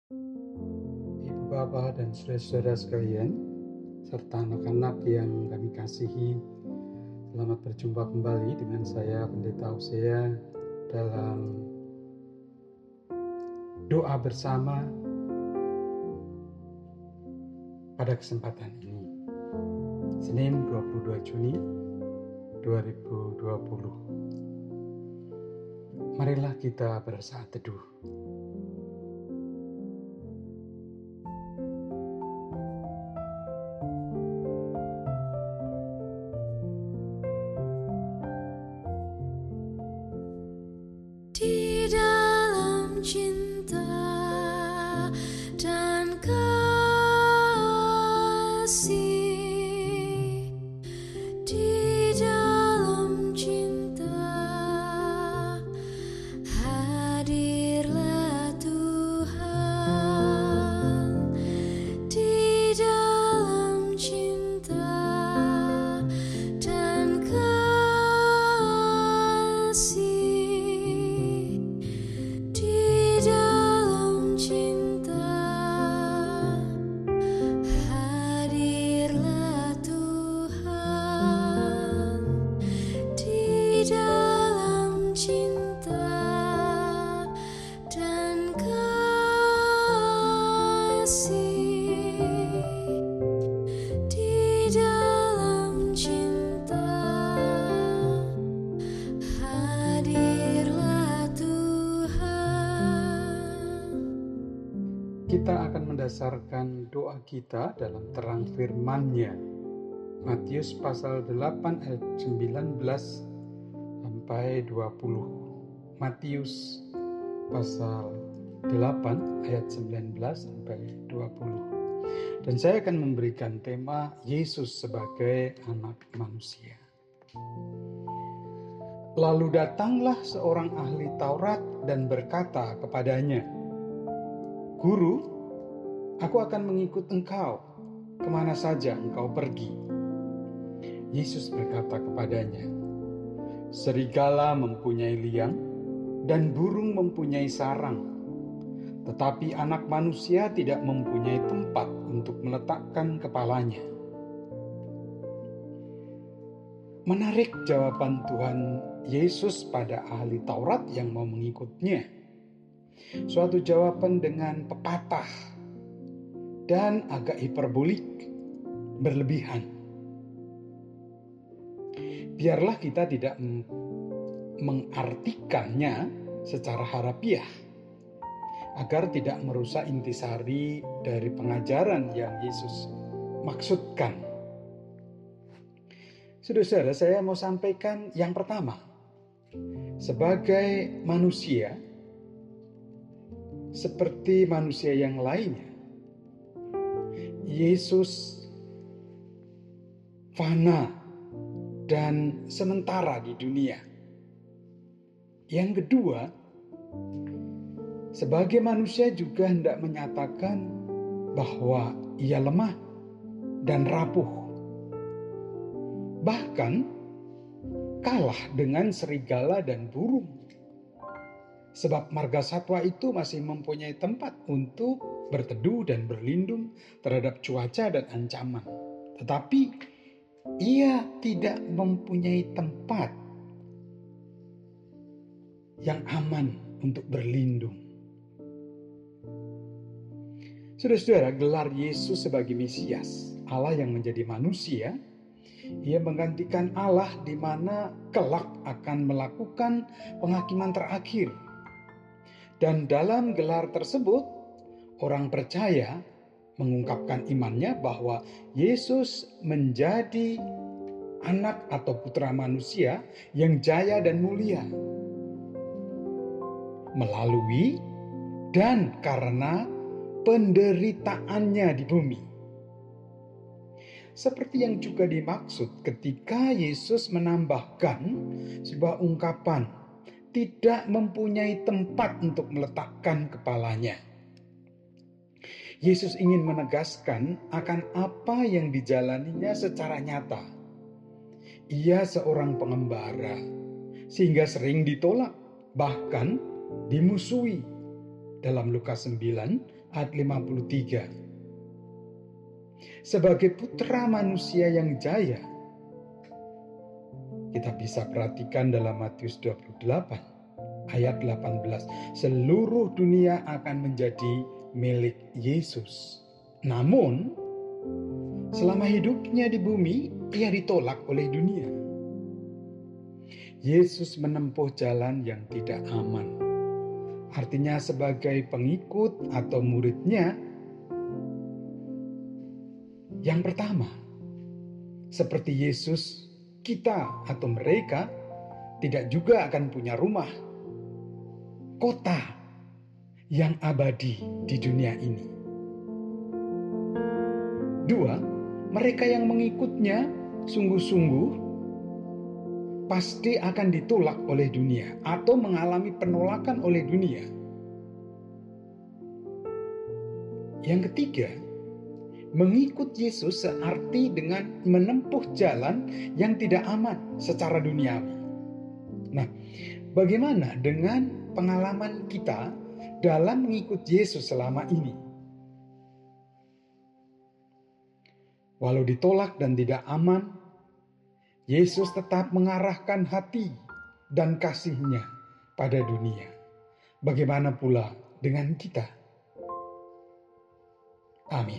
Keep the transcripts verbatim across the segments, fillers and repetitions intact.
Ibu Bapak dan saudara-saudara sekalian, serta anak-anak yang kami kasihi, selamat berjumpa kembali dengan saya Pendeta Hosea dalam doa bersama pada kesempatan ini, Senin dua puluh dua Juni dua ribu dua puluh. Marilah kita bersaat teduh. Di dalam cinta dan kasih, di dalam cinta hadirlah Tuhan. Di dalam cinta dan kasih, Kita akan mendasarkan doa kita dalam terang firman-Nya. Matius pasal delapan ayat sembilan belas sampai dua puluh. Matius pasal delapan ayat sembilan belas sampai dua puluh. Dan saya akan memberikan tema Yesus sebagai anak manusia. Lalu datanglah seorang ahli Taurat dan berkata kepadanya, "Guru, aku akan mengikut engkau kemana saja engkau pergi." Yesus berkata kepadanya, "Serigala mempunyai liang dan burung mempunyai sarang, tetapi anak manusia tidak mempunyai tempat untuk meletakkan kepalanya." Menarik jawaban Tuhan Yesus pada ahli Taurat yang mau mengikutnya. Suatu jawaban dengan pepatah dan agak hiperbolik, berlebihan. Biarlah kita tidak mengartikannya secara harafiah, agar tidak merusak intisari dari pengajaran yang Yesus maksudkan. Saudara-saudara, saya mau sampaikan yang pertama. Sebagai manusia, seperti manusia yang lainnya, Yesus fana dan sementara di dunia. Yang kedua, sebagai manusia juga hendak menyatakan bahwa ia lemah dan rapuh. Bahkan kalah dengan serigala dan burung. Sebab marga satwa itu masih mempunyai tempat untuk berteduh dan berlindung terhadap cuaca dan ancaman. Tetapi ia tidak mempunyai tempat yang aman untuk berlindung. Saudara-saudara, gelar Yesus sebagai Mesias, Allah yang menjadi manusia, ia menggantikan Allah di mana kelak akan melakukan penghakiman terakhir. Dan dalam gelar tersebut, orang percaya mengungkapkan imannya bahwa Yesus menjadi anak atau putra manusia yang jaya dan mulia. Melalui dan karena penderitaannya di bumi. Seperti yang juga dimaksud ketika Yesus menambahkan sebuah ungkapan, tidak mempunyai tempat untuk meletakkan kepalanya. Yesus ingin menegaskan akan apa yang dijalaninya secara nyata. Ia seorang pengembara, sehingga sering ditolak, bahkan dimusuhi. dalam Lukas sembilan ayat lima puluh tiga. Sebagai putra manusia yang jaya, kita bisa perhatikan dalam Matius dua puluh delapan ayat delapan belas. Seluruh dunia akan menjadi milik Yesus. Namun, selama hidupnya di bumi, ia ditolak oleh dunia. Yesus menempuh jalan yang tidak aman. Artinya sebagai pengikut atau muridnya, yang pertama, seperti Yesus, kita atau mereka tidak juga akan punya rumah, kota yang abadi di dunia ini. Dua, mereka yang mengikutnya sungguh-sungguh pasti akan ditolak oleh dunia atau mengalami penolakan oleh dunia. Yang ketiga, mengikut Yesus searti dengan menempuh jalan yang tidak aman secara duniawi. Nah, bagaimana dengan pengalaman kita dalam mengikut Yesus selama ini? Walau ditolak dan tidak aman, Yesus tetap mengarahkan hati dan kasih-Nya pada dunia. Bagaimana pula dengan kita? Amin.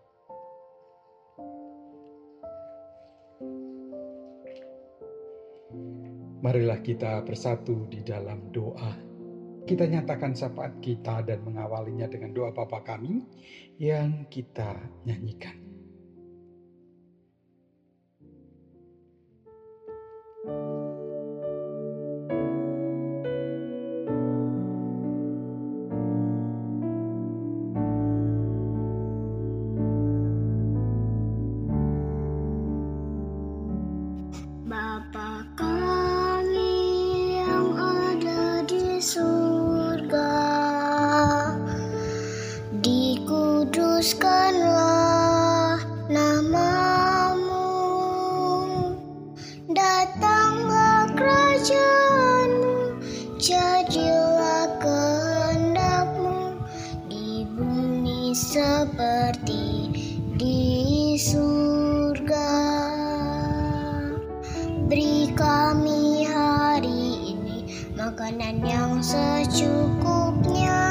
Marilah kita bersatu di dalam doa. Kita nyatakan syafaat kita dan mengawalinya dengan doa Bapa kami yang kita nyanyikan. Bapa kami yang ada di surga, dikuduskanlah namamu, datanglah kerajaanmu, jadilah kehendakmu di bumi seperti di surga. Beri kami hari ini makanan yang secukupnya.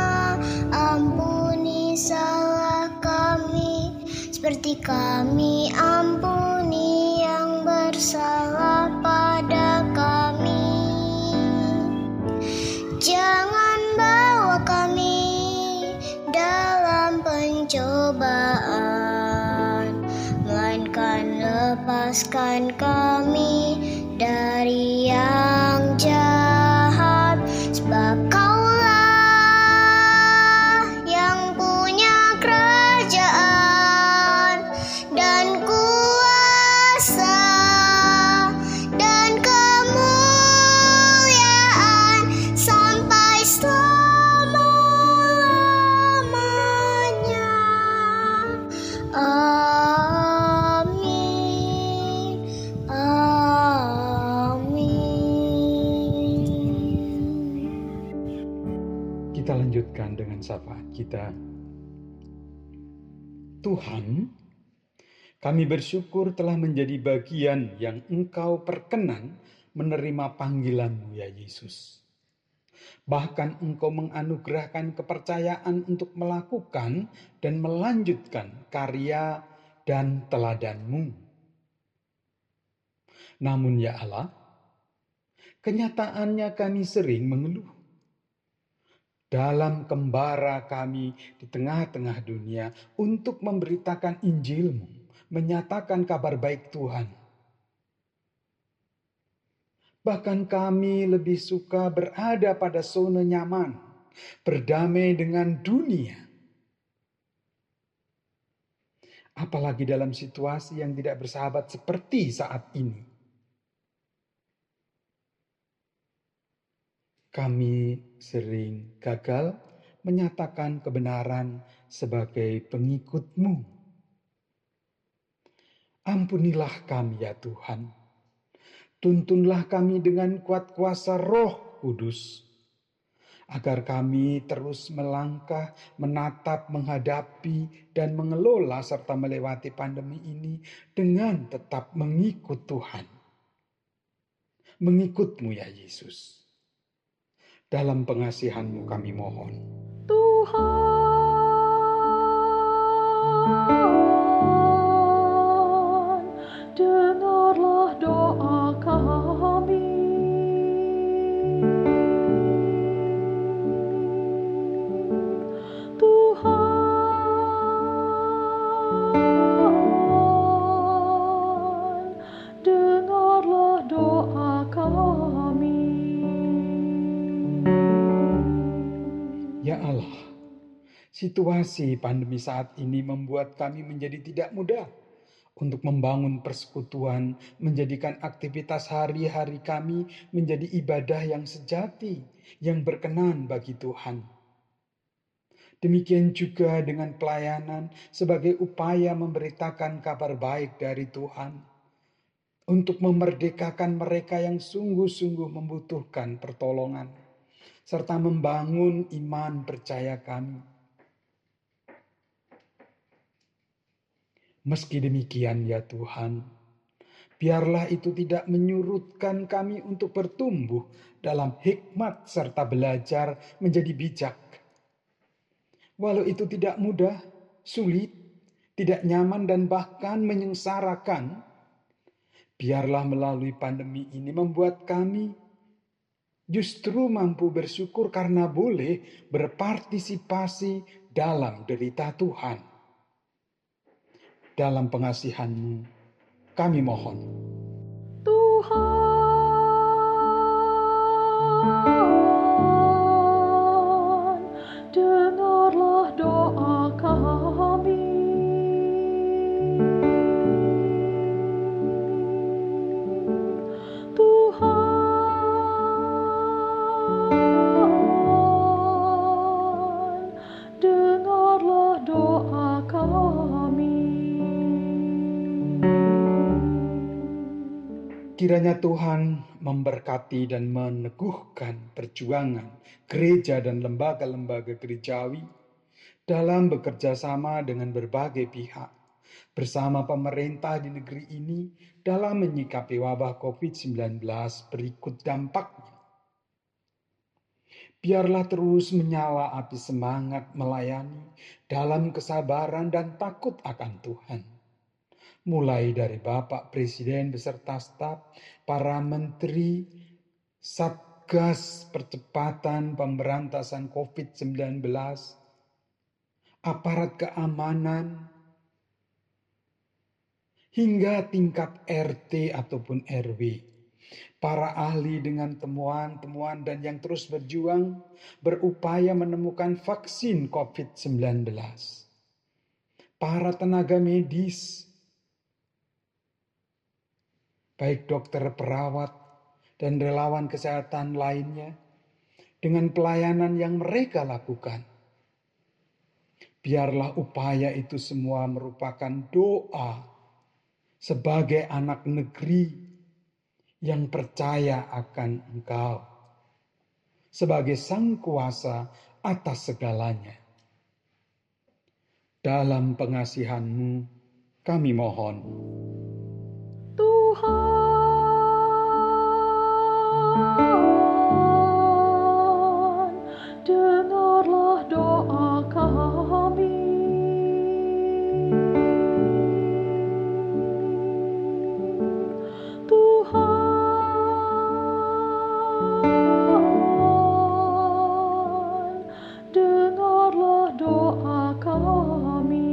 Ampuni salah kami seperti kami ampuni yang bersalah pada kami. Jangan bawa kami dalam pencobaan, melainkan lepaskan kami dari yang jahat, sebab Kaulah yang punya kerajaan dan kuasa dan kemuliaan sampai selama-lamanya. Amin. Kita lanjutkan dengan syafaat kita. Tuhan, kami bersyukur telah menjadi bagian yang Engkau perkenan menerima panggilan-Mu ya Yesus. Bahkan Engkau menganugerahkan kepercayaan untuk melakukan dan melanjutkan karya dan teladan-Mu. Namun ya Allah, kenyataannya kami sering mengeluh. Dalam kembara kami di tengah-tengah dunia untuk memberitakan Injil-Mu, menyatakan kabar baik Tuhan. Bahkan kami lebih suka berada pada zona nyaman, berdamai dengan dunia. Apalagi dalam situasi yang tidak bersahabat seperti saat ini. Kami sering gagal menyatakan kebenaran sebagai pengikut-Mu. Ampunilah kami ya Tuhan. Tuntunlah kami dengan kuat kuasa Roh Kudus, agar kami terus melangkah, menatap, menghadapi, dan mengelola serta melewati pandemi ini dengan tetap mengikut Tuhan. Mengikut-Mu ya Yesus. Dalam pengasihan-Mu kami mohon. Tuhan, dengarlah doa kami. Tuhan, dengarlah doa kami. Ya Allah, situasi pandemi saat ini membuat kami menjadi tidak mudah untuk membangun persekutuan, menjadikan aktivitas hari-hari kami menjadi ibadah yang sejati, yang berkenan bagi Tuhan. Demikian juga dengan pelayanan sebagai upaya memberitakan kabar baik dari Tuhan untuk memerdekakan mereka yang sungguh-sungguh membutuhkan pertolongan, serta membangun iman percaya kami. Meski demikian ya Tuhan, biarlah itu tidak menyurutkan kami untuk bertumbuh dalam hikmat serta belajar menjadi bijak. Walau itu tidak mudah, sulit, tidak nyaman dan bahkan menyengsarakan, biarlah melalui pandemi ini membuat kami justru mampu bersyukur karena boleh berpartisipasi dalam derita Tuhan. Dalam pengasihan-Mu kami mohon. Tuhan, dengarlah doa kami. Tuhan, dengarlah doa kami. Kiranya Tuhan memberkati dan meneguhkan perjuangan gereja dan lembaga-lembaga gerejawi dalam bekerja sama dengan berbagai pihak bersama pemerintah di negeri ini dalam menyikapi wabah covid sembilan belas berikut dampaknya. Biarlah terus menyala api semangat melayani dalam kesabaran dan takut akan Tuhan. Mulai dari Bapak Presiden beserta staf, para menteri, Satgas Percepatan Pemberantasan covid sembilan belas, aparat keamanan, hingga tingkat R T ataupun R W. Para ahli dengan temuan-temuan dan yang terus berjuang, berupaya menemukan vaksin covid sembilan belas. Para tenaga medis, baik dokter, perawat, dan relawan kesehatan lainnya, dengan pelayanan yang mereka lakukan. Biarlah upaya itu semua merupakan doa sebagai anak negeri yang percaya akan Engkau sebagai Sang Kuasa atas segalanya. Dalam pengasihan-Mu kami mohon. Tuhan, dengarlah doa kami. Tuhan, dengarlah doa kami.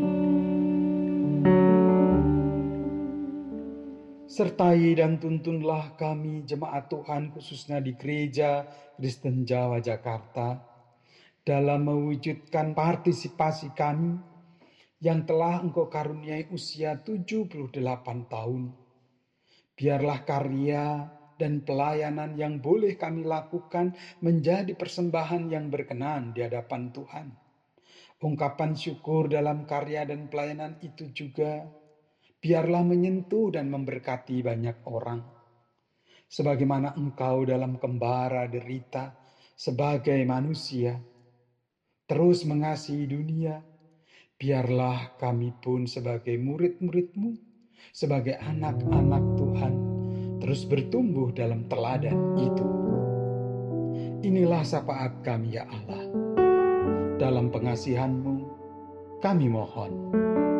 Sertai dan tuntunlah kami jemaat Tuhan khususnya di Gereja Kristen Jawa Jakarta dalam mewujudkan partisipasi kami yang telah Engkau karuniai usia tujuh puluh delapan tahun. Biarlah karya dan pelayanan yang boleh kami lakukan menjadi persembahan yang berkenan di hadapan Tuhan. Ungkapan syukur dalam karya dan pelayanan itu juga biarlah menyentuh dan memberkati banyak orang. Sebagaimana Engkau dalam kembara derita sebagai manusia, terus mengasihi dunia, biarlah kami pun sebagai murid-murid-Mu, sebagai anak-anak Tuhan, terus bertumbuh dalam teladan itu. Inilah syafaat kami ya Allah. Dalam pengasihan-Mu kami mohon.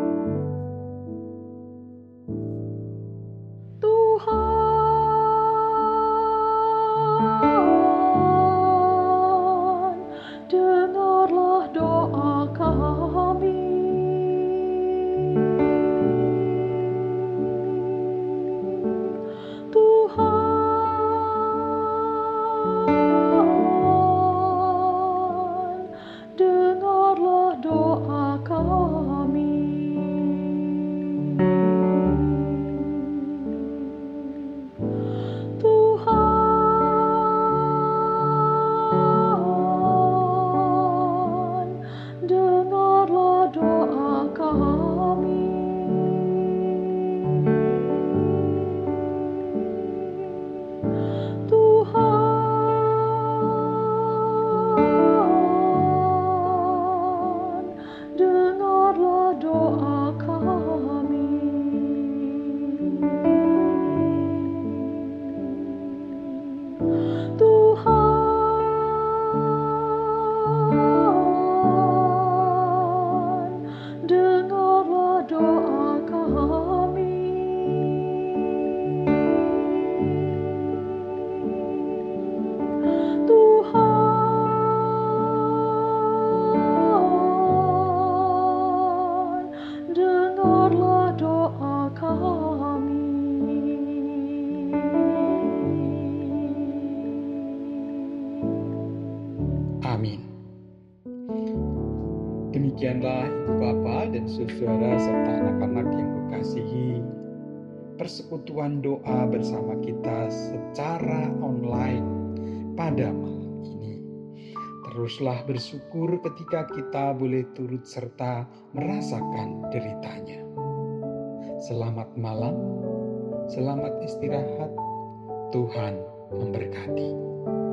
Tuhan, dengarlah doa kami. Tuhan, dengarlah doa kami. Tuhan, dengarlah doa kami. Tuhan, dengarlah doa kami. Tuhan, dengarlah doa kami. Tuhan, dengarlah doa kami. Amin. Demikianlah Ibu Bapa dan saudara serta anak-anak yang kukasihi, persekutuan doa bersama kita secara online pada malam ini. Teruslah bersyukur ketika kita boleh turut serta merasakan deritanya. Selamat malam, selamat istirahat, Tuhan memberkati.